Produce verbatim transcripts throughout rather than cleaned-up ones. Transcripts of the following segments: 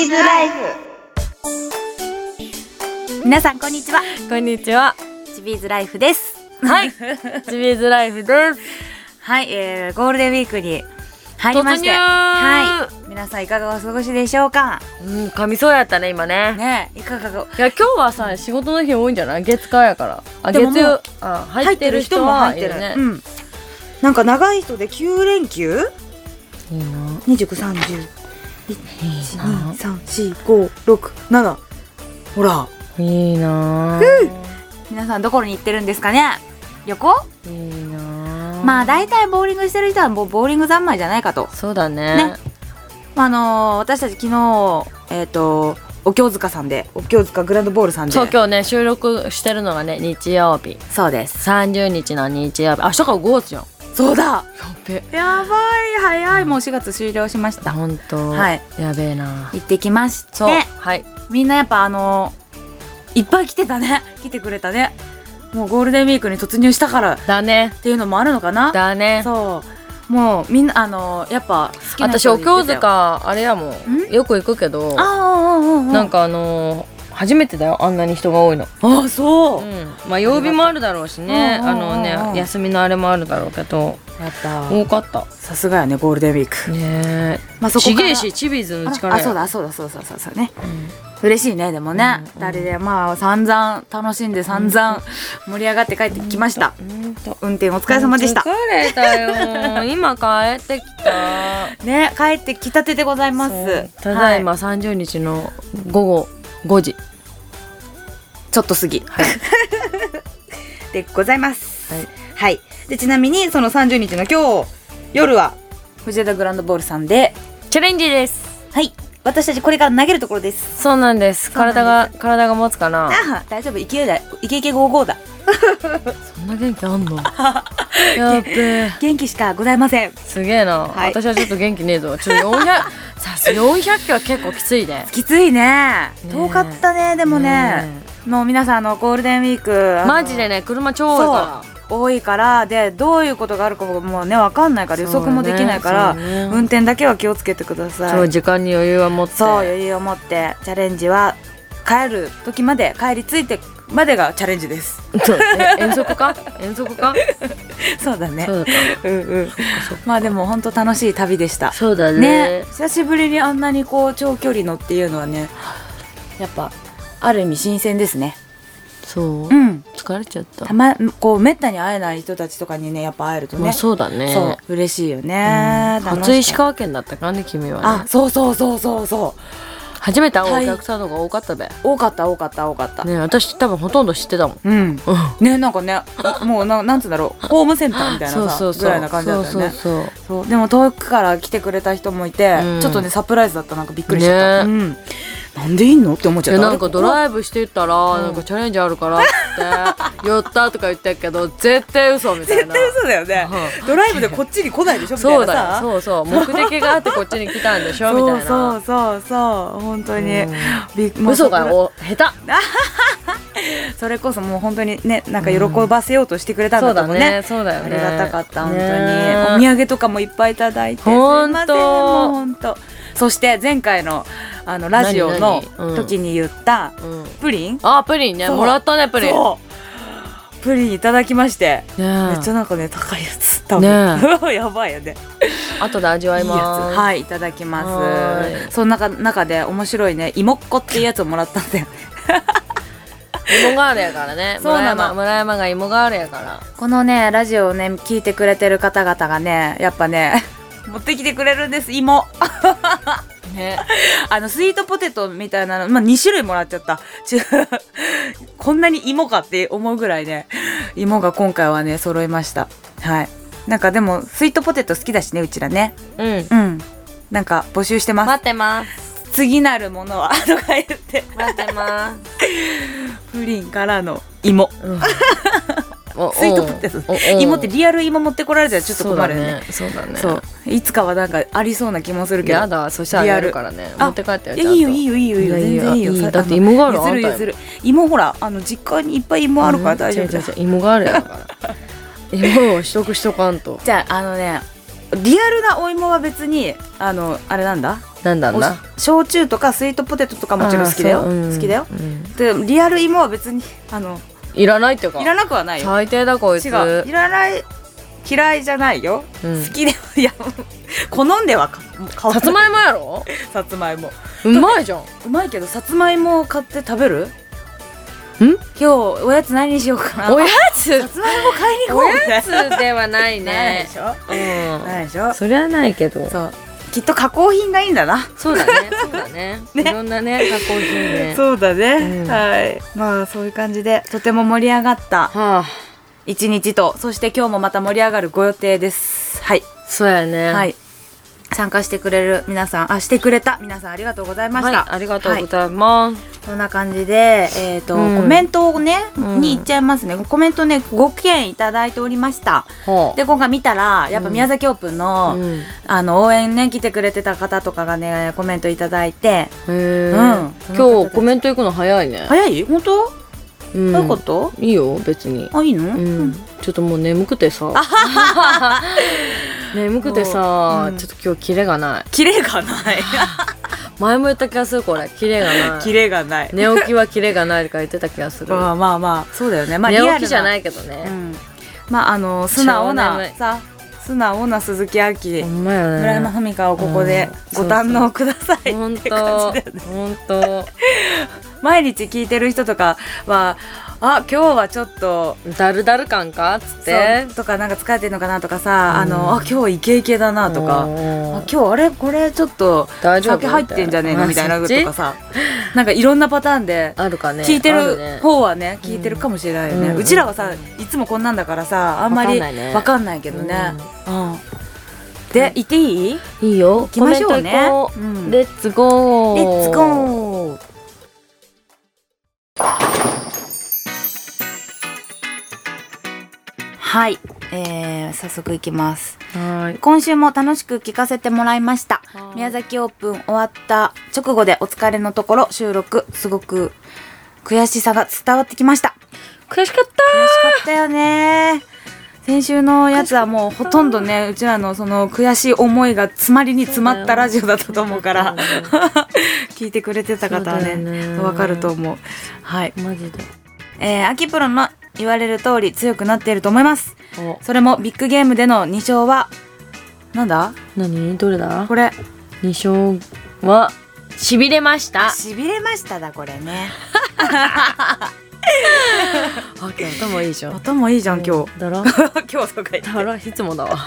ーズライフ。皆さんこんにちは。 こんにちは。 チビーズライフです。 はい。チビーズライフです。 はい、えー、ゴールデンウィークに入りまして、はい、皆さんいかがお過ごしでしょうか。 うん、噛みそうやったね今ね。 ね、いかがが。 いや今日はさ仕事の日多いんじゃない？月火やから。あ、月曜、あ、入ってる人は入ってるね。 うん。なんか長い人できゅう連休？ いいな。 にじゅうく、さんじゅう、いち、に、さん、よん、ご、ろく、なな。ほら。 いいな。 皆さんどこに行ってるんですかね？旅行？ いいな。 まあ大体ボーリングしてる人はもうボーリング三昧じゃないかと。 そうだね。 ね。あのー、私たち昨日えっとお京塚さんでお京塚グランドボールさんで。 そう今日ね収録してるのがね日曜日。 そうです。 さんじゅうにちの日曜日。明日からごがつじゃん。 そうだ。 やべ。 やばい早い、もうしがつ終了しました。 本当。 はい。 やべえな。 行ってきまして。 そう。はい。 みんなやっぱあのー、いっぱい来てたね。来てくれたね。もうゴールデンウィークに突入したからだねっていうのもあるのかな。 だね。 そうもうみんなあのー、やっぱ好きな人私お京塚あれやもんよく行くけど、 あーなんかあのー初めてだよあんなに人が多いの。 ああそう、 うん、まあ曜日もあるだろうしね、あのね休みのあれもあるだろうけど、 やった多かった。 さすがやねゴールデンウィークね。 まあそこからちげえしチビーズの力や。 あそうだそうだそうだそうだそうね、うん、嬉しいね。でもね、うん、二人でまあ散々楽しんで散々盛り上がって帰ってきました。運転お疲れ様でした。 疲れたよ今帰ってきたね。帰ってきたてでございます。 ただいまさんじゅうにちの午後ごじちょっと過ぎ、はい、でございます。はい、はい、でちなみにそのさんじゅうにちの今日夜は藤枝グランドボールさんでチャレンジです。 はい、私たちこれから投げるところです。 そうなんです。体が体が持つかな。 あ大丈夫、勢いだ、イケイケゴーゴーだそんな元気あんのやっべ元気しかございません。 すげえな、はい、私はちょっと元気ねえぞ。ちょっとよんひゃくさすよんひゃっキロは結構きついね。 きついね。遠かったね。でもねもう皆さんあのゴールデンウィークマジでね車超多いから多いからでどういうことがあるかもね分かんないから予測もできないから、ねね、運転だけは気をつけてください。 そう時間に余裕は持ってそう余裕を持ってチャレンジは帰る時まで帰り着いてまでがチャレンジです。 遠足か遠足かそうだね。 そうだかうんうんまあでも本当楽しい旅でした。 そうだ ね, ね久しぶりにあんなにこう長距離のっていうのはねやっぱある意味新鮮ですね。 そう、うん、疲れちゃった。 たまこうめったに会えない人たちとかにねやっぱ会えるとね、 まあ、そうだね。 そう嬉しいよね、 うん、初石川県だったからね君はね。 あそうそうそうそうそう初めて会うお客さんの方が多かったべ。 多かった多かった多かったね。私多分ほとんど知ってたもん。 うんねなんかねもうななんつうんだろうホームセンターみたいなさそうそうそうぐらいな感じだったよね。そうそうそうそうでも遠くから来てくれた人もいて、うん、ちょっとねサプライズだった。なんかびっくりしちゃった、ねうんなんでいんのって思っちゃった。 なんかドライブしてたらなんかチャレンジあるからって寄ったとか言ってるけど絶対嘘みたいな。 絶対嘘だよね、うん、ドライブでこっちに来ないでしょみたいなさ。そうだよそうそう目的があってこっちに来たんでしょみたいな。 そうそうそう本当に、うん、 嘘がお下手それこそもう本当にねなんか喜ばせようとしてくれたんだと思うね、うん、 そうだねそうだよね。 ありがたかった本当に、ね、お土産とかもいっぱいいただいて本当すいませんもう本当。そして前回のあのラジオの時に言ったプリン、うん、 あプリンねもらったねプリン。 そうプリンいただきまして、ね、めっちゃなんかね高いやつ多分、ね、やばいよね。 後で味わいます。 いいやつはいいただきます。その中中で面白いね芋っこっていうやつをもらったんだよ芋ガールやからね。そうなの。村山が芋ガールやから。 このねラジオをね聞いてくれてる方々がねやっぱね持ってきてくれるんです芋ね、あのスイートポテトみたいなの、まあ、に種類もらっちゃったこんなに芋かって思うぐらいね芋が今回はね揃いました。はいなんかでもスイートポテト好きだしねうちらね。うんうんなんか募集してます。 待ってます次なるものはとか言って待ってますプリンからの芋、うんスイートポテト芋ってリアル芋持ってこられたらちょっと困るよね。 そうだね。 そういつかはなんかありそうな気もするけど。 やだそしたらやるからね持って帰ってよ。 いいよいいよいいよいいよ全然いいよ。 だって芋がある。 譲る譲る芋ほらあの実家にいっぱい芋あるから大丈夫だ。 芋があるやから芋を取得しとかんと。 じゃああのねリアルなお芋は別にあのあれなんだなんだろうな、 焼酎とかスイートポテトとかもちろん好きだよ、 うん、 好きだよ、 うん、 でリアル芋は別にあのいらないっていうかいらなくはないよ。 最低だこいつ。 違う、いらない、嫌いじゃないよ、うん、好きでいや好んではかさつまいもやろさつまいもうまいじゃん。 うまいけどさつまいもを買って食べる？ ん今日おやつ何にしようかな。 おやつさつまいも買いに行こうみたいな。 おやつではないね。 ないでしょ、うん、ないでしょ。 そりゃないけど、 そうきっと加工品がいいんだな。 そうだねそうだねね、いろんなね加工品ね。 そうだね、 うん、 はい。まあそういう感じでとても盛り上がった一日と、そして今日もまた盛り上がるご予定です。はい、 そうやね。 はい、参加してくれる皆さん、あしてくれた皆さんありがとうございました、 はい、ありがとうございます、はい、 そんな感じで、えーとうん、コメントをね、うん、に行っちゃいますね。コメントねごけんいただいておりました、うん、で今回見たらやっぱ宮崎オープンの、うん、あの応援ね来てくれてた方とかがねコメントいただいて、 へー、うん、今日コメント行くの早いね。 早い？本当？うん、どういうこと？ いいよ別に。 あ、いいの？ うん、ちょっともう眠くてさ眠くてさ、うん、ちょっと今日キレがない。 キレがない前も言った気がする。これキレがないキレがない寝起きはキレがないとか言ってた気がするまあまあまあそうだよね、まあ、 寝起きじゃないけどね、うん、 まああの素直なさ素直な鈴木亜希、 ほんまよね、 村山文香をここでご堪能くださいって感じだよね。 本当毎日聞いてる人とかはあ今日はちょっとダルダル感かっつってとかなんか疲れてるのかなとかさ、うん、あのあ今日イケイケだなとか、あ今日あれこれちょっと酒入ってんじゃねえのみたいなとかさなんかいろんなパターンであるかね、 聞いてる方はね聞いてるかもしれないよね、うん、うちらはさいつもこんなんだからさあんまり分かんないけどね、うんうん、で行っていい？ いいよ、 行きましょうね、 うん、レッツゴーレッツゴー。はい、えー、早速いきます。はい、今週も楽しく聞かせてもらいました。宮崎オープン終わった直後でお疲れのところ収録、すごく悔しさが伝わってきました。 悔しかった悔しかったよね。先週のやつはもうほとんどねうちらのその悔しい思いが詰まりに詰まったラジオだったと思うから聞いてくれてた方はねわかると思う。はいマジで、 えー、秋プロの言われる通り強くなっていると思います。それもビッグゲームでのに勝はなんだ何どれだこれに勝はしびれました。 しびれましただこれねあ、今日音もいいじゃん。 音もいいじゃん今日。 だろ今日とか言って。 だろいつもだわ。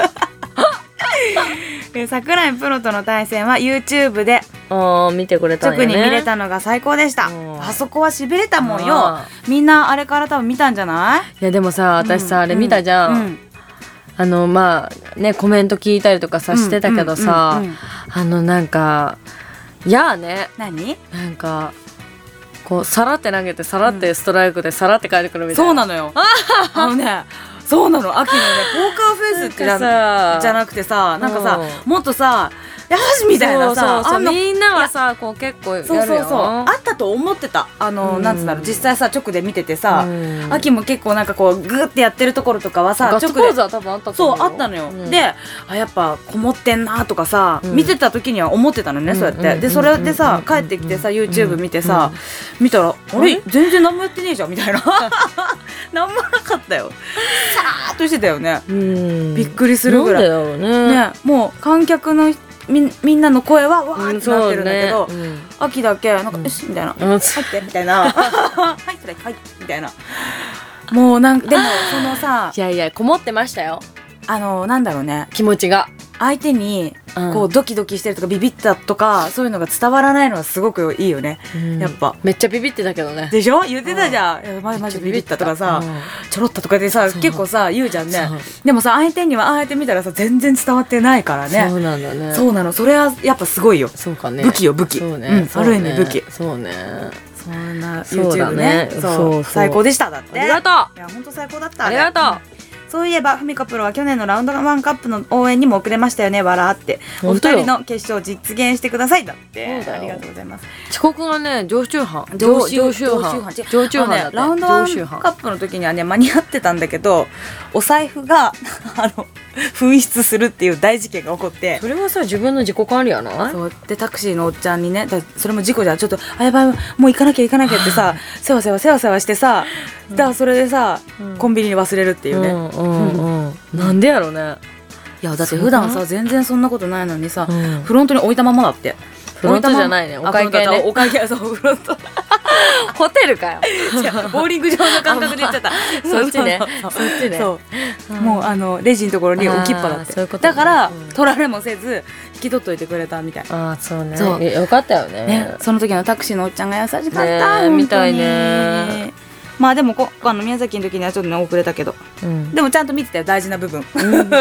桜井プロとの対戦は YouTube であ見てくれたんやね。 直に見れたのが最高でした。あそこはしびれたもんよ。みんなあれから多分見たんじゃない？ いやでもさ私さ、うん、あれ見たじゃん、うん、あのまあねコメント聞いたりとかさしてたけどさ、うんうんうんうん、あのなんかいやーね何なんかこうさらって投げてさらってストライクでさらって帰ってくるみたいな、 そうなのよあのねそうなの秋のねポーカーフェイスってじゃ、じゃなくてさなんかさ、うん、もっとさよしみたいなさ、 そうそうそうみんなはさこう結構やるよ。そうそうそうあったと思ってたあの、うん、なんつうんだろう実際さ直で見ててさ、うん、秋も結構なんかこうグーってやってるところとかはさガッツポーズは多分あったと思うよ。 そうあったのよ、うん、であやっぱこもってんなとかさ、うん、見てた時には思ってたのね、うん、そうやって、うん、でそれでさ帰ってきてさ YouTube 見てさ、うん、見たらあれ全然何もやってねえじゃんみたいな何もなかったよさーっとしてたよね、うん、びっくりするぐらいなんだよね。 ねもう観客のみ, みんなの声はわーってなってるんだけど、うんねうん、秋だけなんか、うん、よしみたいな、うん、入ってみたいな入ってはいみたいなもうなんかでもそのさいやいやこもってましたよあのなんだろうね気持ちが相手にこうドキドキしてるとかビビったとかそういうのが伝わらないのはすごくいいよね、うん、やっぱめっちゃビビってたけどねでしょ言ってたじゃん、うん、マジマジビビったとかさ、うん、ちょろっととかでさ結構さ言うじゃんね。でもさ相手にはああやって見たらさ全然伝わってないからね。 そうなんだね。 そうなのそれはやっぱすごいよ。 そうかね武器よ武器そうね、 うん、ある意味武器そうねそんな YouTube ねそうそう最高でしただって。 ありがとう。 いや本当最高だった。 ありがとう。 そういえばふみかプロは去年のラウンドワンカップの応援にも遅れましたよね、わらって。お二人の決勝実現してくださいだって。ありがとうございます。 遅刻がね常習犯常常習犯常習犯だって。 ラウンドワンカップの時にはね間に合ってたんだけど、お財布があの紛失するっていう大事件が起こって。 それはさ自分の自己管理やない？ そうでタクシーのおっちゃんにね、だそれも事故じゃん、ちょっとあやばいもう行かなきゃ行かなきゃってさせわせわせわせわしてさ、だからそれでさ、うん、コンビニに忘れるっていうね、うんうんうんうん、なんでやろね。いやだって普段さ全然そんなことないのにさ、うん、フロントに置いたままだって。 フロントじゃないね、お会計ね。 お会計、そうフロントホテルかよ。 ボーリング場の感覚で言っちゃった。 そっちね、そっちね。そう、 もうあのレジのところに置きっぱだって。だから取られもせず引き取っといてくれたみたい。 ああそうね。そうよかったよね。 その時のタクシーのおっちゃんが優しかったみたいね。まあでも今回の宮崎の時にはちょっとね遅れたけど、うん、でもちゃんと見てたよ大事な部分、うんうん、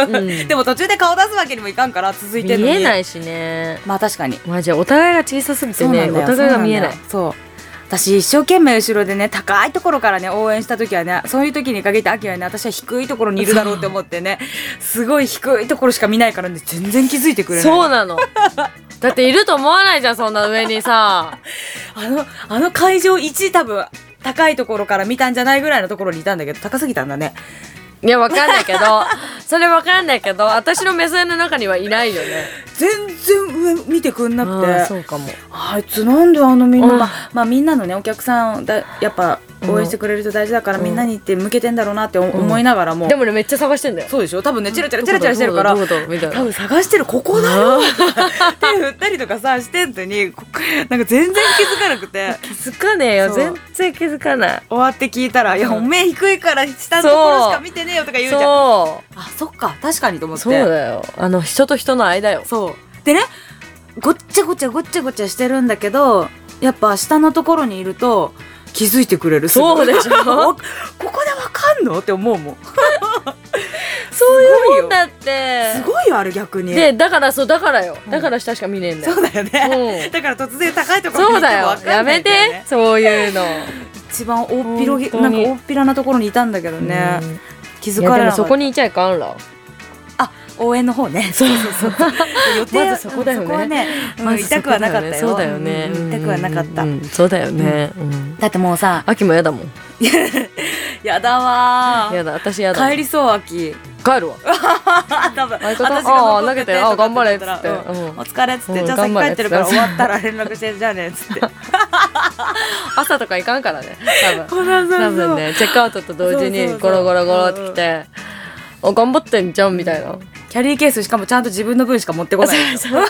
でも途中で顔出すわけにもいかんから続いてるのに見えないしね。 まあ確かにまあじゃあお互いが小さすぎてねお互いが見えない。 そう私一生懸命後ろでね高いところからね応援した時はね、そういう時に限って秋はね私は低いところにいるだろうって思ってねすごい低いところしか見ないからね全然気づいてくれない。 そうなのだっていると思わないじゃんそんな上にさあのあの会場いち多分高いところから見たんじゃないぐらいのところにいたんだけど高すぎたんだね。 いやわかんないけどそれわかんないけど私の目線の中にはいないよね。 全然上見てくんなくて。 あそうかも。 あいつなんであのみんな、まあ、まあみんなのねお客さんだやっぱ応援してくれる人大事だから、うん、みんなにって向けてんだろうなって思いながらも、うん、 でもねめっちゃ探してんだよ。 そうでしょ多分ねチラチラチラチラしてるから多分探してるここだよ手振ったりとかさしてんのになんか全然気づかなくて気づかねえよ全然気づかない。 終わって聞いたらいやお目低いから下のところしか見てねえよとか言うじゃん。そうあそっか確かにと思って。 そうだよあの人と人の間よ。 そうでねごっちゃごちゃごっちゃごちゃしてるんだけどやっぱ下のところにいると気づいてくれる。 そうでしょここでわかんのって思うもんそういうもんだってすごいよあれ逆に。 でだからそうだからよだから下しか見ねえんだよ。 そうだよね、うん、だから突然高いところに行ってもわかんないんだよね。 そうだよやめてそういうの一番大っ広げなんか大っぴらなところにいたんだけどね、うん、気づかれなかった。いやでもそこにいちゃいかんら。 あ応援の方ね。そうそうそう予定まずそこだよね。 そこはね、うん、痛くはなかったよ。 そうだよね、 うん、痛くはなかった、 うん、そうだよね、うん、 だってもうさ秋もやだもんやだわやだ私やだ帰りそう秋帰るわ多分私が残っててあ頑張れっつって、うん、 お疲れっつって、うん、じゃあ先帰ってるから終わったら連絡してじゃあねっつって朝とか行かんからね多分多分ねチェックアウトと同時にゴロゴロゴロってきてあ頑張ってんじゃんみたいな。 キャリーケースしかもちゃんと自分の分しか持ってこないそう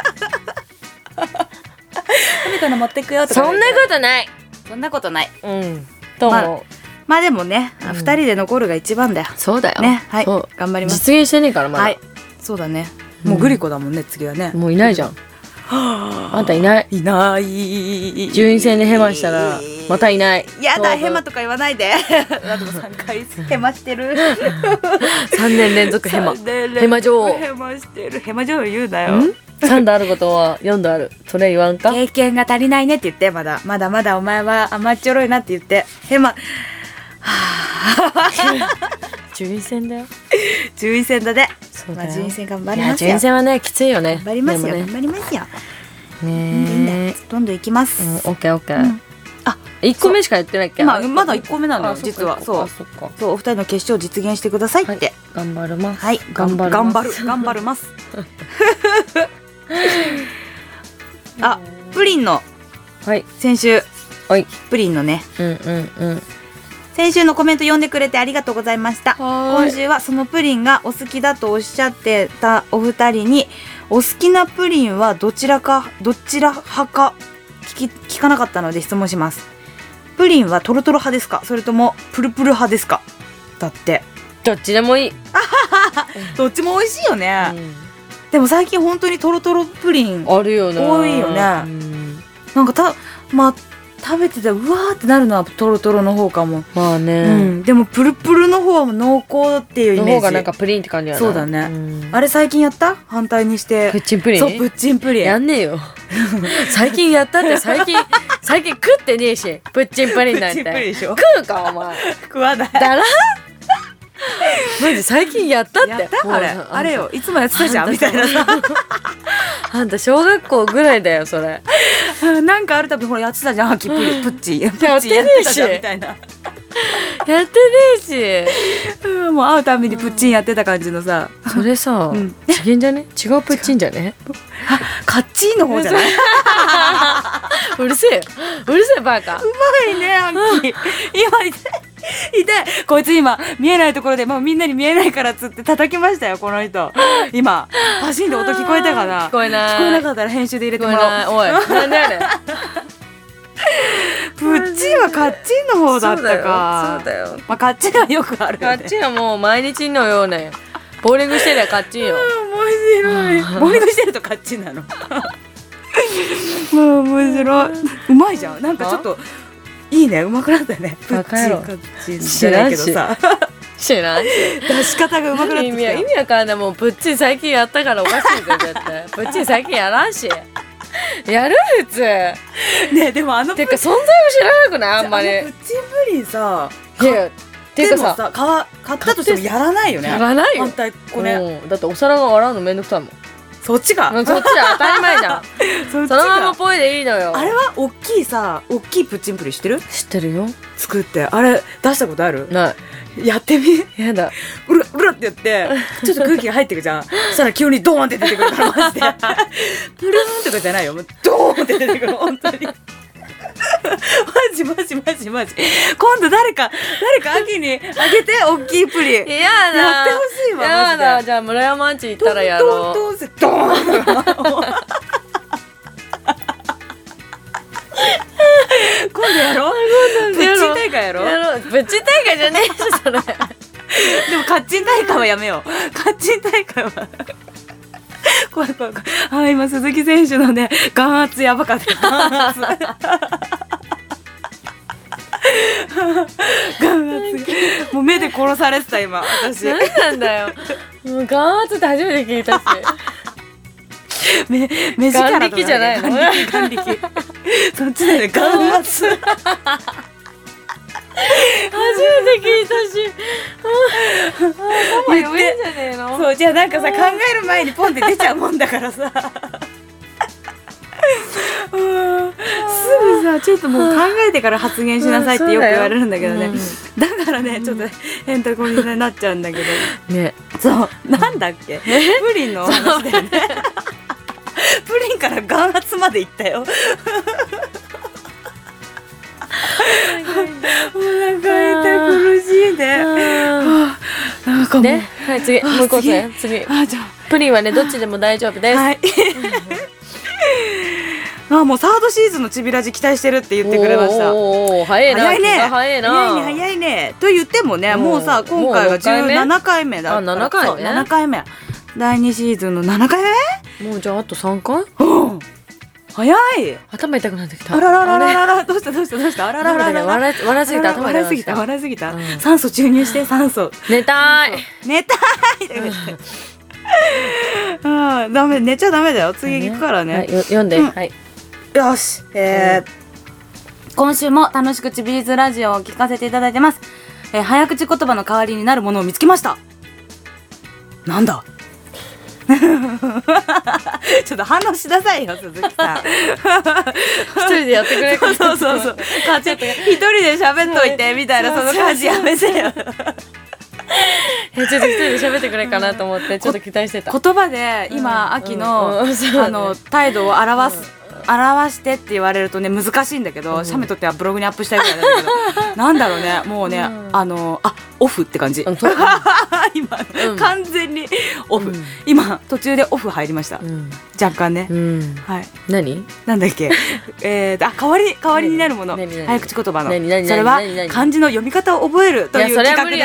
神から持ってくよとか。 そんなことないそんなことないうんと思う。 まあまあでもね、うん、ふたりで残るが一番だよ。 そうだよね。はい頑張ります。 実現してねえからまだ。 はいそうだねもうグリコだもんね、うん、次はねもういないじゃんあんたいないいない順位戦でヘマしたらまたいない。 やだヘマとか言わないであとさんかいヘマしてるさんねん連続ヘマヘマ女王ヘマしてるヘマ女王言うなよ。 さんどあることはよんどあるそれ言わんか。 経験が足りないねって言ってまだまだまだお前は甘っちょろいなって言ってヘマ順位戦だよ順位戦だね。 そうだよ、 まあ、順位戦頑張りますよ。 順位戦はねきついよね。 頑張りますよ、ね、頑張りますよね。どんどんいきます。 オッケーオッケー。あいっこめしかやってないっけ。 まあまだいっこめなのよ実は。そうそうお二人の決勝実現してくださいって、はい、 頑張るます。 はい頑張る頑張る頑張るますあプリンのはい先週はいプリンのねうんうんうん先週のコメント読んでくれてありがとうございました。今週はそのプリンがお好きだとおっしゃってたお二人にお好きなプリンはどちらかどちら派か聞き聞かなかったので質問します。プリンはトロトロ派ですかそれともプルプル派ですかだって。 どっちでもいいどっちも美味しいよね、うん、でも最近本当にトロトロプリンあるよね多いよね、うん、なんかたまあ食べててうわーってなるのはトロトロの方かも。 まあね、 うん、でもプルプルの方は濃厚っていうイメージの方がなんかプリンって感じやな。 そうだね、うん、あれ最近やった反対にしてプッチンプリン。 そうプッチンプリンやんねえよ最近やったって最近最近食ってねえしプッチンプリンなんてプッチンプリンでしょ。 食うかお前食わないだらマジ最近やったってやったあれあれよいつもやってたじゃんみたいなさあんた小学校ぐらいだよそれなんかあるたびほらやってたじゃん秋プリプッチプッチやってねえしやってたじゃんみたいなやってねえしうんもう会うたびにプッチンやってた感じのさそれさ、うん、違うんじゃね違うプッチンじゃねあカッチンの方じゃないうるせえようるせえバカうまいね秋今いていてこいつ今見えないところで、まあ、みんなに見えないからっつって叩きましたよこの人今パシンで音聞こえたかな聞こえない聞こえなかったら編集で入れてもらおうおいなんでやねんプッチンはカッチンの方だったかそうだよそうだよ、 まあ、カッチンはよくあるよねカッチンはもう毎日のようねボーリングしてりゃカッチンよ面白いボーリングしてるとカッチンなのもう面白いうまいじゃんなんかちょっといいねうまくなったよねプッチンカッチンじゃないけどさ知らんし出し方がうまくなってきた意味わかんないもうプッチン最近やったからおかしいぞ絶対プッチン最近やらんしやる普通ねでもあのてか存在を知らなくないあんまりあのプッチンプリンさいやてかさ買ったとしてもやらないよねやらないよ反対これ、 うん、だってお皿が洗うのめんどくさいもんそっちかそっちは当たり前じゃんそ, そのままポイでいいのよあれは大きいさ大きいプッチンプリン知ってる知ってるよ作ってあれ出したことあるないやってみやだうらうらってやってちょっと空気が入ってくじゃんそしたら急にドーンって出てくるからマジでプルーンとかじゃないよもうドーンって出てくる本当にマジマジマジマジ今度誰か誰か秋にあげて大きいプリンやだやってほしいわマジでやだじゃあ村山アンチ行ったらやろうドンドンドンドーン今度やろうプッチン大会やろうやろうプッチン大会じゃねえしそれでもカッチン大会はやめようカッチン大会は怖い怖い怖いあ今鈴木選手のね眼圧やばかった眼圧眼圧もう目で殺されてた今私何なんだよもう眼圧って初めて聞いたし目目力眼力じゃないの眼力そっちだよね眼圧初めて聞いたしああ言ってんじゃねえのそうじゃあなんかさ考える前にポンって出ちゃうもんだからさすぐさちょっともう考えてから発言しなさいってよく言われるんだけどね、うん、だからねちょっとへんとこになっちゃうんだけどねそうなんだっけプリンの話だよねプリンから眼圧までいったよお腹痛苦しいねなんかもうねはい次もうこうぜ次あじゃあプリンはねどっちでも大丈夫ですはいあもうサードシーズンのちびラジ期待してるって言ってくれました。 おお早いな早いね早いな早いね早いねと言ってもねもうさ今回がじゅうななかいめだからあななかいめななかいめだいにシーズンのななかいめもうじゃああとさんかいうん早い頭痛くなってきたあららららららどうしたどうしたどうしたあらららら笑い笑いすぎた頭笑いすぎた笑いすぎた酸素注入して酸素寝たい寝たいあダメ寝ちゃダメだよ次行くからね読んではいよし、えー、今週も楽しくちびーずラジオを聞かせていただいてます、えー、早口言葉の代わりになるものを見つけました。なんだちょっと反応しなさいよ鈴木さん一人でやってくれそうそうそうそう一人で喋っといてみたいなその感じやめてよちょっと一人で喋ってくれかなと思ってちょっと期待してた言葉で今、うん、秋の、うんうんね、あの態度を表す、うん表してって言われるとね難しいんだけど、うん、写メ撮ってはブログにアップしたいぐらいなんだけどなんだろうねもうね、うん、あのあオフって感じ、うん、今、うん、完全にオフ、うん、今途中でオフ入りました、うん、若干ね、うん、はい何なんだっけえー、あ代わり代わりになるもの早口言葉のそれは漢字の読み方を覚えるという企画です。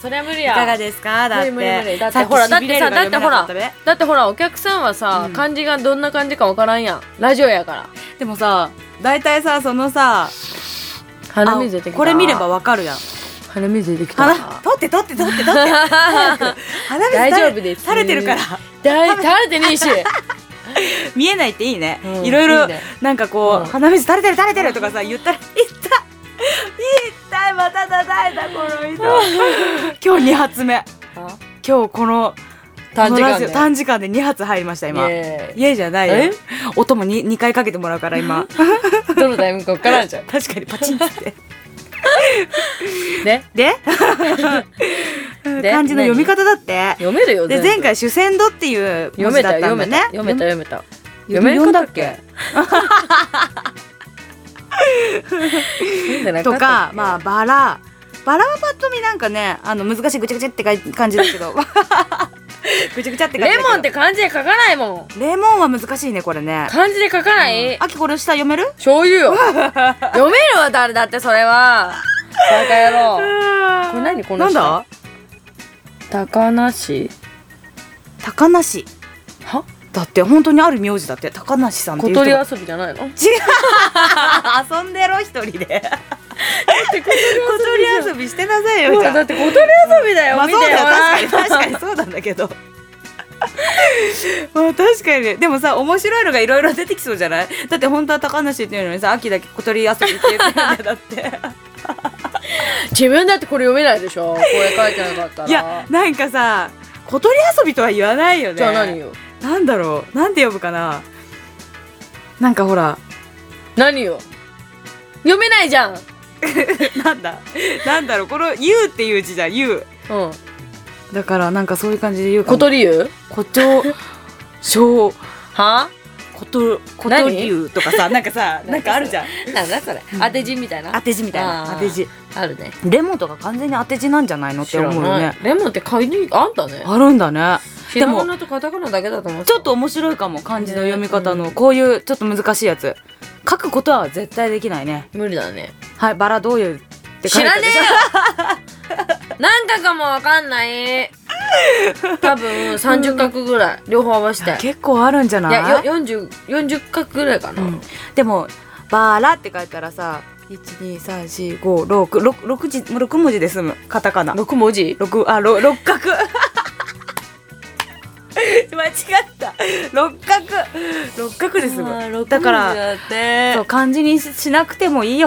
それは無理やいかがですかだって無理無理無理だってほらだってさだってほらだってほらお客さんはさ、うん、漢字がどんな感じかわからんやんラジオやからでもさだいたいさそのさ鼻水出てきたこれ見ればわかるやん鼻水出てきた取って取って取って取って鼻水大丈夫です垂れてるから垂れてねえし見えないっていいね、うん、いろいろなんかこう、うん、鼻水垂れてる垂れてるとかさ言ったら痛い痛いまた叩えたこの人今日に発目今日この短時間で短時間でに発入りました今。 イエーイイエーイじゃないよ。音も 2, 2回かけてもらうから今どのタイミングか分からんじゃん。 確かにパチンってでで漢字の読み方だって読めるよ。 で前回主戦度っていう文字だったんだね。 読めた読めた読めた読めるんだっけとかまあバラバラはパッと見なんかねあの難しいぐちゃぐちゃって感じだけどぐちゃぐちゃって感じだけどレモンって漢字で書かないもん。 レモンは難しいねこれね。 漢字で書かない。 あきこれ下読める？ 醤油よ読めるわ誰だってそれは。バカ野郎。これ何このなんだ？ 高梨高梨はだって本当にある名字だって高梨さんっていう小人鳥遊びじゃないの？ 違う遊んでろ一人で小鳥遊びしてなさいよ。じゃあだって小鳥遊びだよ。 まあ見てよ。 そうだよ確かに確かにそうなんだけどまあ確かにね。でもさ面白いのがいろいろ出てきそうじゃない？だって本当は高梨っていうのにさ秋だけ小鳥遊びって言ってるんだよだって自分だってこれ読めないでしょこれ書いてなかったら。 いやなんかさ小鳥遊びとは言わないよね。 じゃあ何よ。 なんだろうなんて呼ぶかな。なんかほら何よ読めないじゃんなんだなんだろうこの「ゆう」っていう字じゃん「ゆう」 うんだからなんかそういう感じで言うかも。 小鳥湯小鳥小は小鳥小鳥湯とかさなんかさなんかあるじゃん。 なんだそれ当て字みたいな。 当て字みたいな当て字あるね。 レモンとか完全に当て字なんじゃないのって思うよね。 レモンって書いてあんだね。 あるんだね。 ひらがなとカタカナだけだと思う。 ちょっと面白いかも漢字の読み方のこういうちょっと難しいやつ書くことは絶対できないね。 無理だね。 はいバラどういうって書いてある知らねえよなんかかもわかんない多分さんじゅう画ぐらい両方合わせて。 結構あるんじゃない？ いやよんじゅう、よんじゅう画ぐらいかな、うん、 でもバラって書いたらさいちにさんしごろくろくろくじろく文字で済むカタカナろく文字ろくあろ六画間違った六角六角ですむ。だからそう漢字にしなくてもいいよ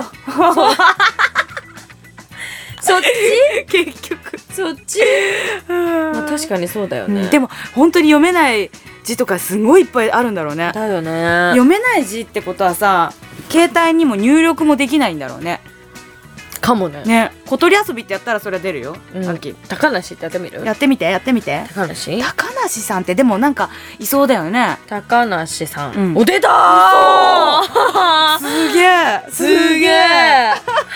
そっち結局そっちまあ確かにそうだよね、 うん、でも本当に読めない字とかすごいいっぱいあるんだろうね。 だよね。 読めない字ってことはさ携帯にも入力もできないんだろうね。 かもね。 ね小鳥遊びってやったらそれは出るよ、 うん、 秋高梨ってやってみる？ やってみてやってみて。 高梨高梨さんってでもなんかいそうだよね。 高梨さん、うん、 お出たーすげえすげえ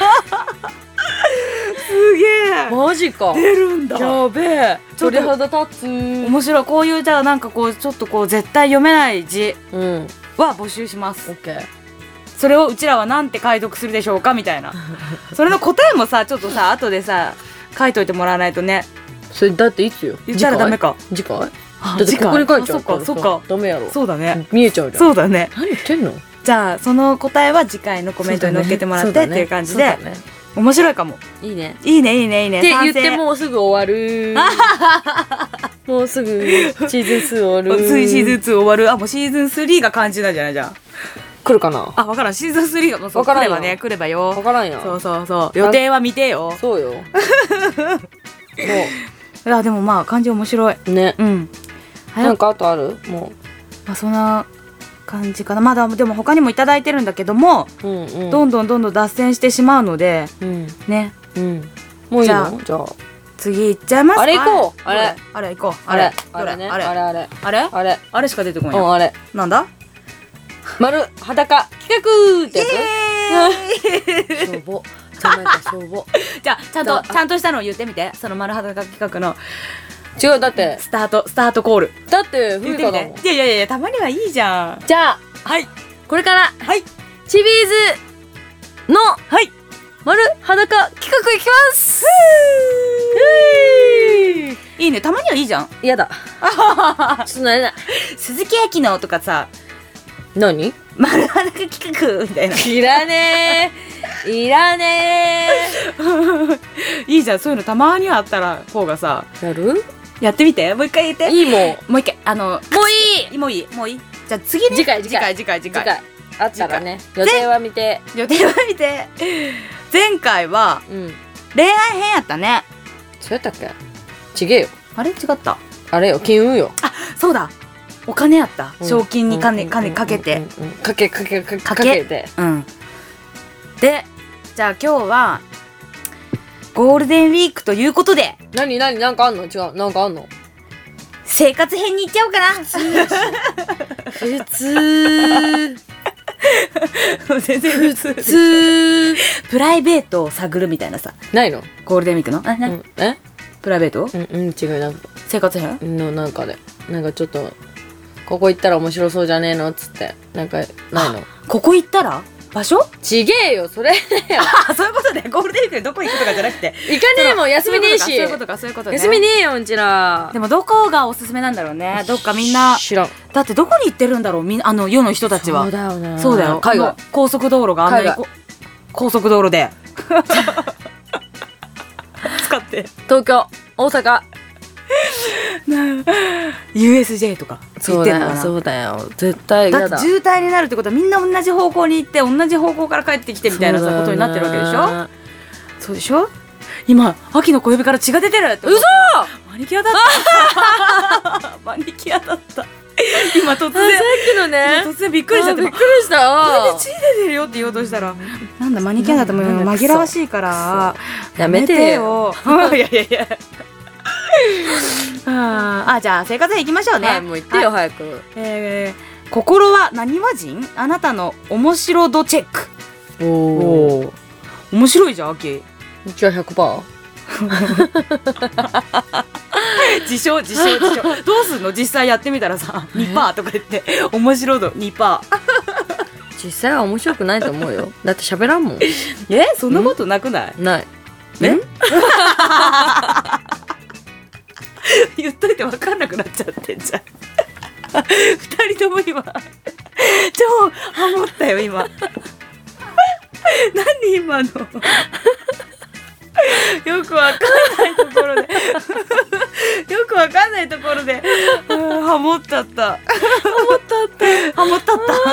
すげえマジか出るんだ。 やべえ鳥肌立つ。 面白い。こういうじゃあなんかこうちょっとこう絶対読めない字は募集します、 うん、オッケー。 それをうちらはなんて解読するでしょうかみたいなそれの答えもさちょっとさ後でさ書いといてもらわないとね。 それだっていつよ言ったらダメか。 次回だってここに書いちゃうからさ。 そっかそっかダメやろ。 そうだね見えちゃうじゃん。 そうだね。 何言ってんの。 じゃあその答えは次回のコメントに載っけてもらって、ね、っていう感じで、ね、面白いかも。 いいねいいねいいねいいねって言ってもうすぐ終わるもうすぐシーズンツー終わるシーズンツー終わる。あもうシーズンスリーが肝心なんじゃないじゃん。 来るかなあ分からん。シーズンスリーがもうそう来ればね来ればよ。 分からんよ。 そうそうそう予定は見てよ。 そうよもうあでもまあ漢字面白いね。 うんなんかあとあるもう、まあ、そんな感じかな。まだでも他にもいただいてるんだけども、うんうん、どんどんどんどん脱線してしまうので、うん、ね、 うん、もういいの？じゃあ次行っちゃいますか。 あれ行こう。あれあれ行こう。 あれあれねあれあれあれあれあれあれしか出てこない。 あれなんだ丸裸企画ってやつ。しょぼしょぼじゃあちゃんとちゃんとしたのを言ってみて。その丸裸企画の違うだってスタートスタートコールだって冬かだもん。 いやいやいやたまにはいいじゃん。 じゃあはいこれからはいチビーズのはい丸裸企画いきます。 いいねたまにはいいじゃん。 やだちょっとなれない。 鈴木亜希のとかさ何丸裸企画みたいな。 いらねえいらねえいいじゃん。そういうのたまにはあったら方がさ。 やるやってみて。もう一回言って。 いいもんもう一回あのもういいもういいもういい。じゃあ次ね次回次回次回次回あったらね予定は見て予定は見て前回は、 うん、 恋愛編やったね。 そうやったっけ？ちげえよ。 あれ違った。 あれよ、金運よ。 あ、そうだ。お金やった。 うん賞金に金、金かけて。 うんうんうんかけかけかけかかけて。 うん。で、じゃあ今日はゴールデンウィークということで、 何何なんかあんの？違う、なんかあんの？ 生活編に行っちゃおうかな。 普通全然普通。 普通プライベートを探るみたいなさ。 ないの？ ゴールデンウィークの？あ、な、 うん、え？ プライベート？ うんうん違う、なんか生活編？ のなんかでなんかちょっとここ行ったら面白そうじゃねえのっつってなんかないの？ ここ行ったら？場所？ ちげえよそれだよ。 あ、そういうことね。ゴールデンウィークでどこ行くとかじゃなくて。 行かねえもん、休みねえし。 そういうことか、そういうことね。 休みねえようんちら。 でもどこがおすすめなんだろうね。どっかみんな。 知らん。 だってどこに行ってるんだろう、みんな、あの世の人たちは。 そうだよね。 そうだよ。 海外。 高速道路があんなにこ高速道路で使って東京、大阪。 ユーエスジェー とか行ってんのかな。 そうだよ、絶対嫌だ。 だって渋滞になるってことはみんな同じ方向に行って同じ方向から帰ってきてみたいなさことになってるわけでしょ。そうでしょ。今秋の小指から血が出てるって思ったらマニキュアだったマニキュアだった今突然さっきのね突然びっくりしちゃって、 びっくりしたこれで血出てるよって言おうとしたらなんだマニキュアだったもん紛らわしいからやめてよ。 いやいやいやああ、じゃあ生活編いきましょうね。 はい、もう言ってよ、はい、早く。 えー、心は何和人？あなたの面白度チェック。 おお、 面白いじゃん、秋。 じゃあ ひゃくパーセント自称自称自称どうすんの？実際やってみたらさ にパーセント とか言って面白度 にパーセント実際は面白くないと思うよ。だって喋らんもん。 え、そんなことなくない？ ない。 え言っといて分かんなくなっちゃってんじゃん二人とも今超ハモったよ今何今のよくわかんないところでよくわかんないところでハモっちゃったハモったったハモった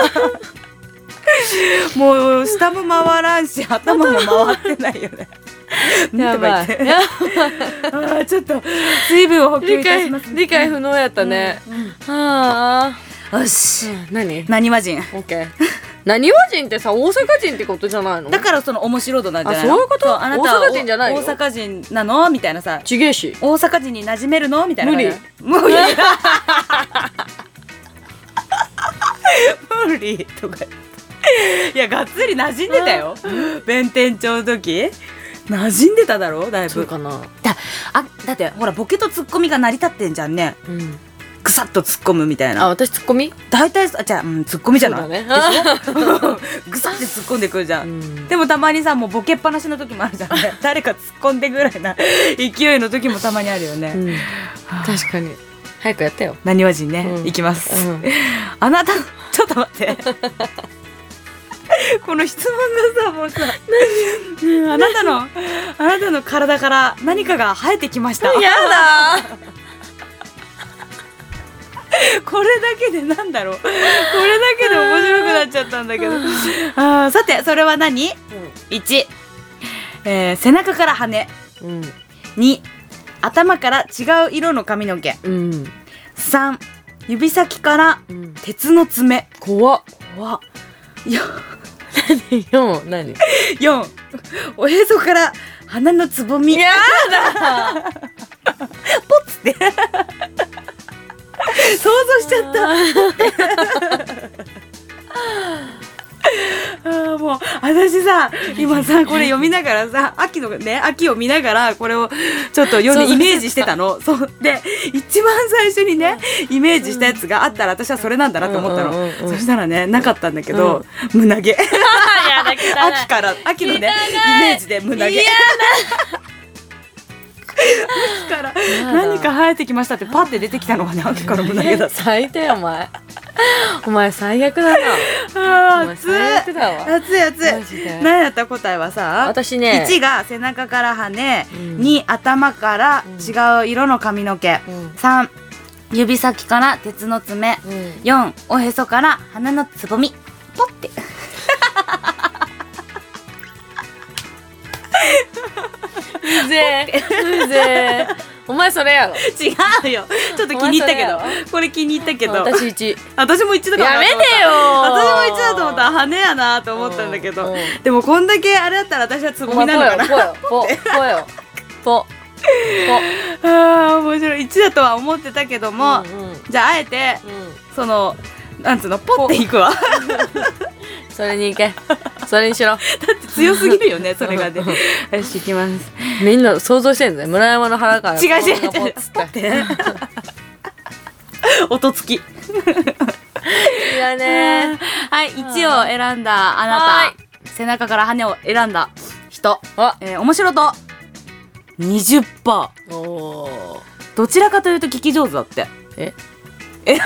ったもう下も回らんし頭も回ってないよねやばいやばいちょっと水分を補給いたします。 理解不能やったね。はあ、よし。 何？ 何和人。 オッケー。何和人ってさ、大阪人ってことじゃないの？ だからその面白度なんじゃないの？ あ、そういうこと？ あなたは大阪人じゃないよ。 大阪人なのみたいなさ。 ちげえし。 大阪人に馴染めるのみたいな。 無理。 無理。無理とか。いやがっつり馴染んでたよ。弁天町の時。馴染んでただろだいぶ。 そうかな。 だあだってほらボケとツッコミが成り立ってんじゃんね。 うん。 ぐさっと突っ込むみたいな。 あ、私ツッコミ？ 大体あじゃあ、うん、ツッコミじゃない。 そうだね。 ぐさって突っ込んでくるじゃん、 うん、 でもたまにさもうボケっぱなしの時もあるじゃんね誰か突っ込んでぐらいな勢いの時もたまにあるよね、うん、 確かに早くやったよ。 何和人ね、うん、いきます、うん、あなたちょっと待ってこの質問がさもうさうんあなたのあなたの体から何かが生えてきました。 やだこれだけでなんだろうこれだけで面白くなっちゃったんだけどあさてそれは何、うん、いち、えー、背中から羽、うん、に頭から違う色の髪の毛、うん、さん指先から鉄の爪、 うん、怖っ怖っよん何よんおへそから鼻のつぼみ。 やだポッつって想像しちゃったあもう私さ今さこれ読みながらさ秋のね秋を見ながらこれをちょっと読んでイメージしてたの。そうで一番最初にねイメージしたやつがあったら私はそれなんだなと思ったの、うんうんうんうん、そしたらねなかったんだけど、うん、胸毛秋から秋のねイメージで胸毛秋から何か生えてきましたってパッて出てきたのがね秋から胸毛だった。 最低お前お前最悪だなあー熱い熱い熱い。何やった答えはさ私ねいちが背中から羽、うん、に頭から違う色の髪の毛、うん、さん指先から鉄の爪、うん、よんおへそから鼻のつぼみポッてうぜえうぜえお前それやろ。 違うよ、ちょっと気に入ったけど、これ気に入ったけど、 私いち。 私もいちだからやめてよ。 私もいちだと思ったら羽やなと思ったんだけど、でもこんだけあれだったら私はつぼみなのかな。 ポよポよポよポポ。ああ面白い、いちだとは思ってたけども、じゃああえてそのなんつうのポっていくわ。 それに行け、それにしろ。だって強すぎるよねそれがね。よし行きます。 みんな想像してんのね、村山の腹から違う違う違う音付き。 いやね。 はい、いちを選んだあなた、背中から羽を選んだ人、えー、面白と にじゅっパーセント。 おー、 どちらかというと聞き上手だって。ええ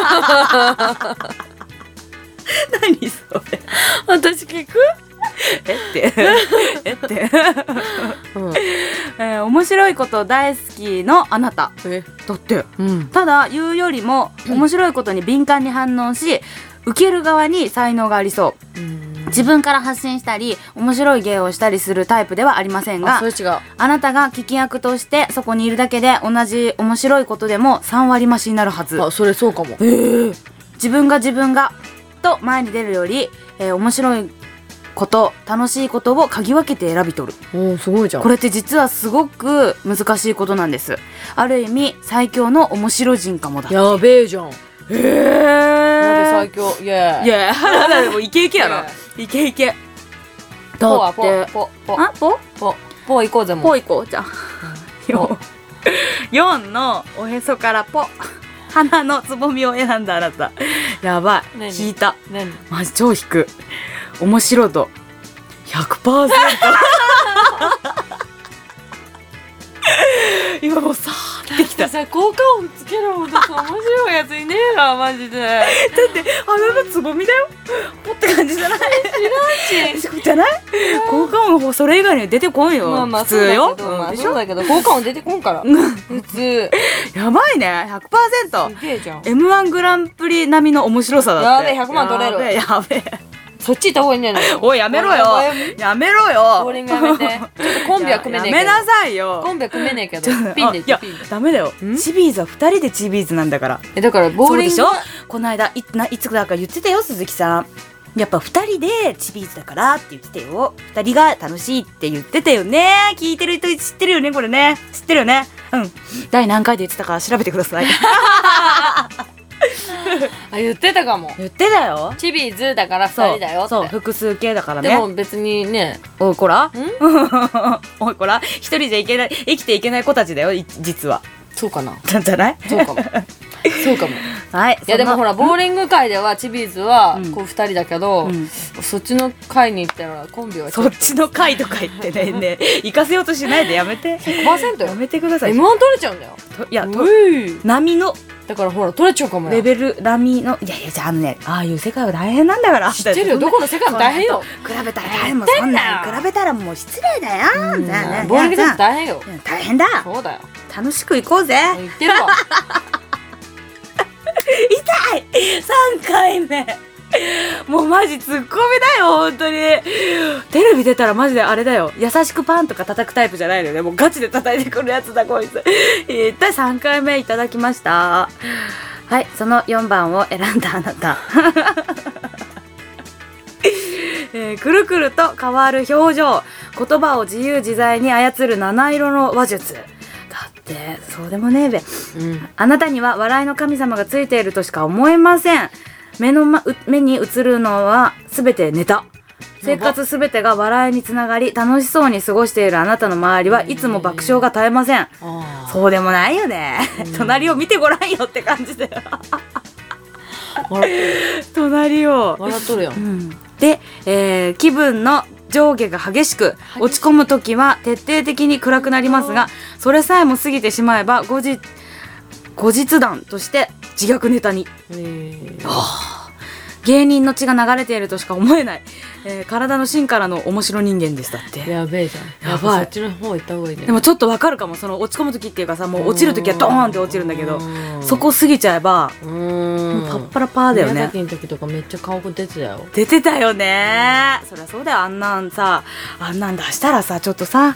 何それ。 私聞くえってえって、うんえー、面白いこと大好きのあなたえだって、 うん、 ただ言うよりも面白いことに敏感に反応し、受ける側に才能がありそう。うん、自分から発信したり面白い芸をしたりするタイプではありませんが、 あ, それ違うあなたが聞き役としてそこにいるだけで同じ面白いことでもさんわり増しになるはず。 あ、それそうかも。 えー、自分が自分がと前に出るより、えー、面白いこと楽しいことを嗅ぎ分けて選び取る。 おー、すごいじゃん。 これって実はすごく難しいことなんです。ある意味最強の面白人かもだって。 やべえじゃん。 へえ。 最強。イエーイ。 いやでもイケイケやな。イケイケ。だってポポあポポポ行こうぜもう。 ポ行こうじゃん。よんのおへそからポ。花のつぼみを選んだあなた。やばい。引いた。マジ超引く。面白度 ひゃくパーセント。今もうさーってきた。 さ、効果音つけるほどさ面白いやついねえなマジで。だって花のつぼみだよ。ポって感じじゃない？知らんし。じゃない？効果音それ以外には出てこんよ。 まあまあ普通よ。 まあそうだけど効果音出てこんから。普通。 やばいね。ひゃくパーセント。 すげえじゃん。 エムワン グランプリ並みの面白さだって。 やべえひゃくまん取れる。 やべえ。 そっち行った方がいいんじゃないの。 おいやめろよ。やめろよ。 ボーリングやめて。ちょっとコンビは組めねえけど。 やめなさいよ。 コンビは組めねえけど。ピンで。 いやダメだよ。チビーズはふたりでチビーズなんだから。 えだからボーリングそうでしょ。この間いないつだか言ってたよ鈴木さん。やっぱふたりでチビーズだからって言ってたよ。ふたりが楽しいって言ってたよね。聞いてる人知ってるよねこれね。知ってるよね。うん。第何回で言ってたか調べてください。 あ言ってたかも。 言ってたよ。 チビーズだからふたりだよって。 そう複数形だからね。 でも別にね。 おいこらおいこら一人じゃいけない生きていけない子たちだよ実は。 そうかな。 じゃない？ そうかも。そうかも。 はい。 いやでもほらボーリング界ではチビーズはこうふたりだけど、そっちの界に行ったらコンビはそっちの界とか言ってねね行かせようとしないでやめて。 ひゃくパーセント よ。 やめてください。 エムワン 取れちゃうんだよ。 いや波のだからほら取れちゃうかもよ。 レベル波のいやいやじゃああのねああいう世界は大変なんだから。 知ってるよ。どこの世界も大変よ。 比べたら大変もそんなん比べたらもう失礼だよ。 ボーリングだって大変よ。 大変だ。 そうだよ。 楽しく行こうぜ。 言ってるわ。 痛いさんかいめ。もうマジツッコミだよ本当に。テレビ出たらマジであれだよ。優しくパンとか叩くタイプじゃないのよね。もうガチで叩いてくるやつだこいつ。一体さんかいめいただきました。はいそのよんばんを選んだあなた。えー、くるくると変わる表情、言葉を自由自在に操る七色の話術。だってそうでもねえべ、うん、あなたには笑いの神様がついているとしか思えません。目の、ま、目に映るのは全てネタ。生活全てが笑いにつながり楽しそうに過ごしているあなたの周りはいつも爆笑が絶えません。そうでもないよね。隣を見てごらんよって感じだよ。隣を笑っとるよ、うん、 で、えー、気分の上下が激しく落ち込む時は徹底的に暗くなりますが、それさえも過ぎてしまえば後日後日談として自虐ネタに。芸人の血が流れているとしか思えない、えー、体の芯からの面白人間です。だってやべえじゃん。やばい。そっちの方行った方がいいね。 でもちょっとわかるかも。その落ち込む時っていうかさ、もう落ちる時はドーンって落ちるんだけど、そこ過ぎちゃえばうーんパッパラパーだよね。 宮崎の時とかめっちゃ顔出てたよ。 出てたよね。そりゃそうだよ。あんなんさあんなん出したらさちょっとさ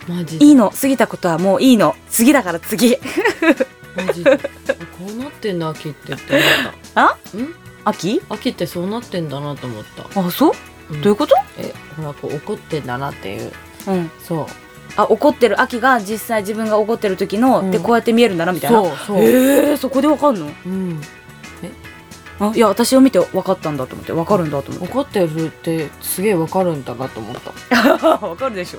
マジでいいの、過ぎたことはもういいの、次だから次マジでこうなってんだ秋ってって思っあたん秋秋ってそうなってんだなと思った、 あ、そう、 うん、 どういうこと？ えほらこう怒ってんだなっていう、 うん、 そうあ、怒ってる秋が実際自分が怒ってる時の、 うん、 でこうやって見えるんだなみたいな。 そうそう、 えー、そこでわかんの？ うん、えあ、いや私を見て分かったんだと思って、分かるんだと思って、 怒ってるってすげえわかるんだなと思った、 分かるでしょ、 うん、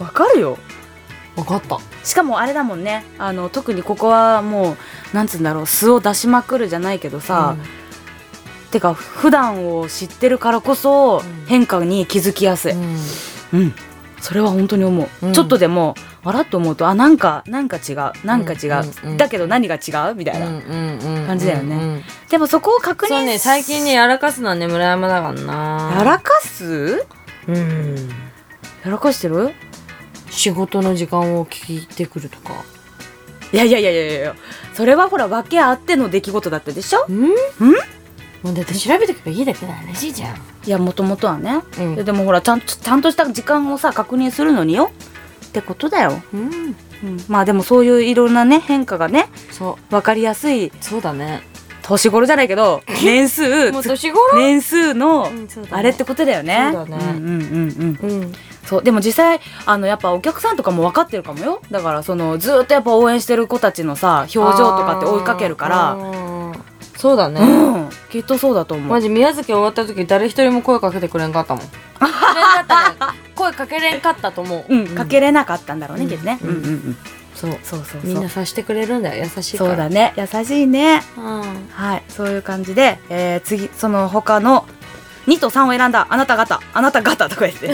分かるよ。 分かった。 しかもあれだもんね、あの特にここはもうなんつうんだろう、素を出しまくるじゃないけどさ、うん、てか普段を知ってるからこそ変化に気づきやすい、うん、うん、それは本当に思う、うん、ちょっとでもあらっと思うと、あ、なんかなんか違うなんか違う、うんうん、だけど何が違うみたいな感じだよね、うんうんうん、でもそこを確認、 そうね、最近ねやらかすのはね村山だからな。 やらかす？ うん、 やらかしてる？ 仕事の時間を聞いてくるとか。 いやいやいやいやいや、それはほら訳あっての出来事だったでしょ。 うん？うん？もうだって調べておけばいいだけの話じゃん。いや、もともとはね、うん、 で, でもほらちゃんとちゃんとした時間をさ確認するのによってことだよ、 うんうん、 まあでもそういういろんなね変化がね、 そう分かりやすい。 そうだね、 年頃じゃないけど年数もう年頃年数の、うんね、あれってことだよね。 そうだね、 うんうんうんうん、うん、そうでも実際あのやっぱお客さんとかも分かってるかもよ。だからそのずっとやっぱ応援してる子たちのさ表情とかって追いかけるから。 そうだね、 うん、きっとそうだと思う。 マジ宮崎終わった時誰一人も声かけてくれんかったもんそれだったら、ね、声かけれんかったと思う、 うん、かけれなかったんだろうね、うん、きっとね、 うんうんうん、そうそうそうそう、みんなさしてくれるんだよ、優しいから。 そうだね、優しいね、 うん、 はい、そういう感じで、えー、次その他のにとさんを選んだあなた方あなた方とか言って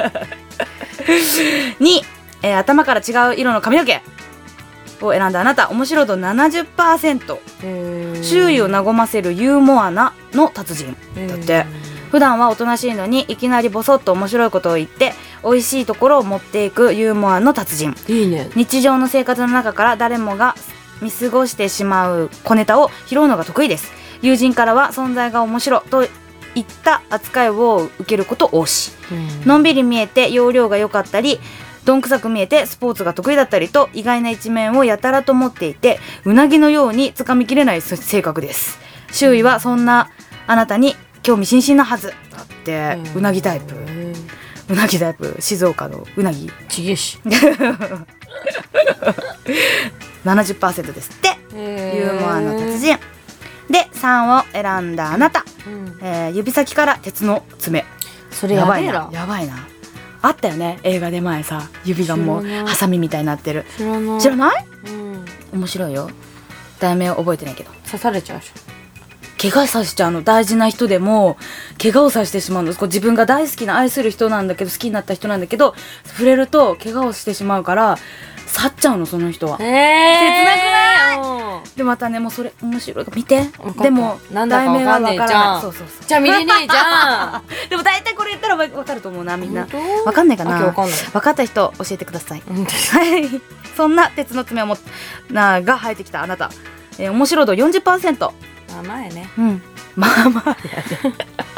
に、えー、頭から違う色の髪の毛を選んだあなた、面白度 ななじゅっパーセント、 周囲を和ませるユーモアなの達人だって。普段はおとなしいのにいきなりボソッと面白いことを言って美味しいところを持っていくユーモアの達人。 いいね。 日常の生活の中から誰もが見過ごしてしまう小ネタを拾うのが得意です。友人からは存在が面白といった扱いを受けること多し、のんびり見えて容量が良かったりどんくさく見えてスポーツが得意だったりと意外な一面をやたらと持っていてうなぎのようにつかみきれない性格です。周囲はそんなあなたに興味津々なはずだって。うなぎタイプ、うなぎタイプ、静岡のうなぎちげしななじゅっパーセント ですって。ユーモアの達人でさんを選んだあなた、うん、えー、指先から鉄の爪。 それやばいな、 やばいな。あったよね映画で前さ、指がもうハサミみたいになってる。 知らない。 知らない、 うん、 面白いよ。題名覚えてないけど刺されちゃうでしょ。 怪我させちゃうの。大事な人でも怪我をさせてしまうの。こう自分が大好きな愛する人なんだけど好きになった人なんだけど触れると怪我をしてしまうから去っちゃうの、その人は。 えー、 切なくない？でまたね、もうそれ面白い、見て。でも題名は分からない。そうそうそう、 じゃあ見れねえじゃんでも大体これ言ったら分かると思うな、みんな。分かんないかな。 分かんない。 分かった人教えてください。はい、そんな鉄の爪をもなが生えてきたあなた、えー、面白度 よんじゅっパーセント。 まあまあやね。 うん、まあまあやね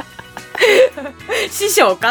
師匠か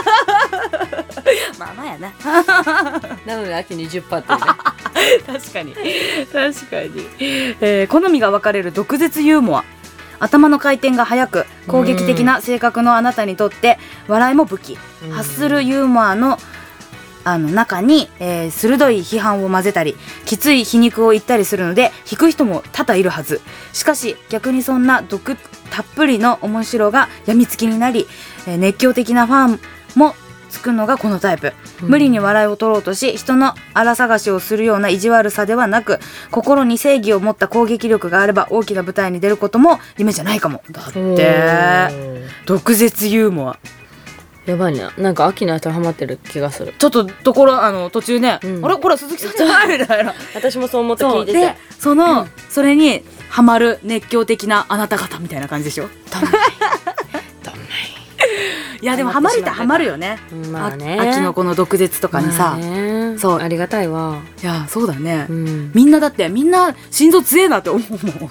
まあまあやななので秋 にじゅっパーセント ってね確かに確かに、えー、好みが分かれる毒舌ユーモア。頭の回転が速く攻撃的な性格のあなたにとって笑いも武器。発するユーモアのあの中に、えー、鋭い批判を混ぜたりきつい皮肉を言ったりするので引く人も多々いるはず。しかし逆にそんな毒たっぷりの面白が病みつきになり、えー、熱狂的なファンもつくのがこのタイプ。無理に笑いを取ろうとし人の荒探しをするような意地悪さではなく、心に正義を持った攻撃力があれば大きな舞台に出ることも夢じゃないかも。だって毒舌ユーモアやばいね。なんか秋に当てはまってる気がする。 ちょっとところあの途中ね、うん、あれこれ鈴木さんじゃないみたいな私もそう思って聞いてて、 でその、うん、それにハマる熱狂的なあなた方みたいな感じでしょ。 どんないどんないいやでもハマりたハマるよね、 まあね、 秋のこの毒舌とかにさ、 まあ、そうありがたいわ。 いやそうだね、 うん、 みんなだってみんな心臓強えなって思うもん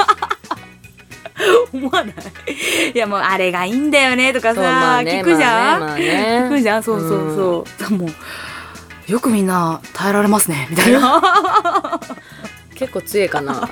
思わない？いやもうあれがいいんだよねとかさ、まあね、聞くじゃん、まあねまあね、聞くじゃん、そうそうそう、うん、もうよくみんな耐えられますねみたいな結構強いかな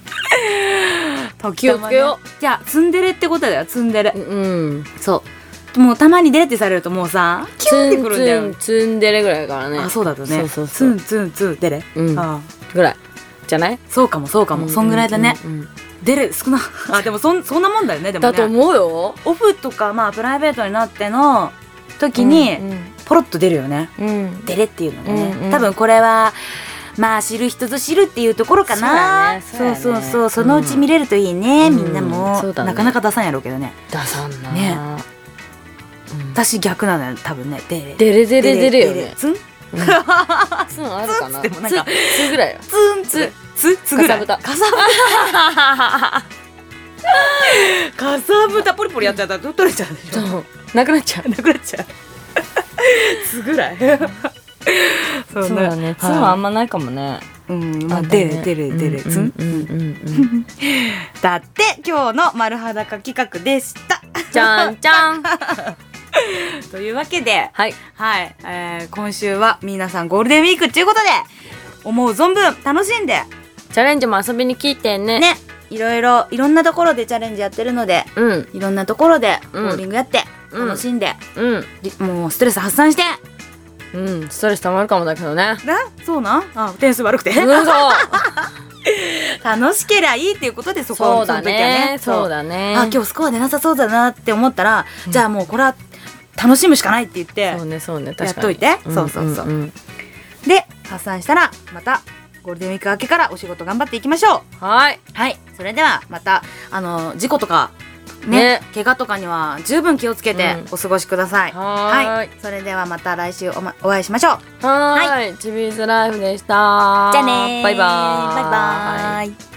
気をつけよう。じゃあツンデレってことだよ、ツンデレ。 うんそうもうたまにデレってされるともうさキュンってくるんだよ。 ツンデレぐらいからね。 あそうだとね。 そうそうそうツンツンツンデレ、 うん、 あぐらいじゃない？ そうかもそうかも、うん、そんぐらいだね、うんうん、デレ少なあでもそんそんなもんだよね。でもねだと思うよ。 オフとかまあプライベートになっての時にポロッと出るよね、うん、デレっていうのがね、うんうん、多分これはまあ知る人ぞ知るっていうところかな。そう、ねそうね、そうそうそうそのうち見れるといいね、うん、みんなも、うんね、なかなか出さんやろうけどね。 出さんなね、うん、私逆なのよ多分ね。デレデレデレデレよね。 ツン、うん、 ツンあるかな。 ツンなんかツぐらいよ。 ツンツツツぐらい。 かさぶたかさぶたかさぶたポリポリやっちゃったら取れちゃうでしょ。そうなくなっちゃうなくなっちゃうツぐらいそうだね。ツンはあんまないかもね。 うん、まあ出る出る出るツン。だって今日の丸裸企画でした。 じゃんじゃん。 というわけで、 はいはい、えー、今週は皆さんゴールデンウィークということで思う存分楽しんでチャレンジも遊びに来てね。 ね、いろいろいろんなところでチャレンジやってるので、うん、いろんなところでボーリングやって楽しんで、うんうん、もうストレス発散して。 うん、ストレス溜まるかもだけどね。 そうなん？あ、点数悪くて。 うん、そう楽しけりゃいいっていうことでそこそうだね。そうだね。 あ、今日スコア出なさそうだなって思ったら、うん、じゃあもうこれは楽しむしかないって言って、 そうねそうね、 やっといて。そうそうそう。うんうんうん、で発散したらまたゴールデンウィーク明けからお仕事頑張っていきましょう。はいはい。それではまたあの事故とか。ね、怪我とかには十分気をつけてお過ごしください。うん、はい、はい。それではまた来週お、ま、お会いしましょう。 はい。チビーズライフでした。 じゃあねー。 バイバーイ。 バイバーイ。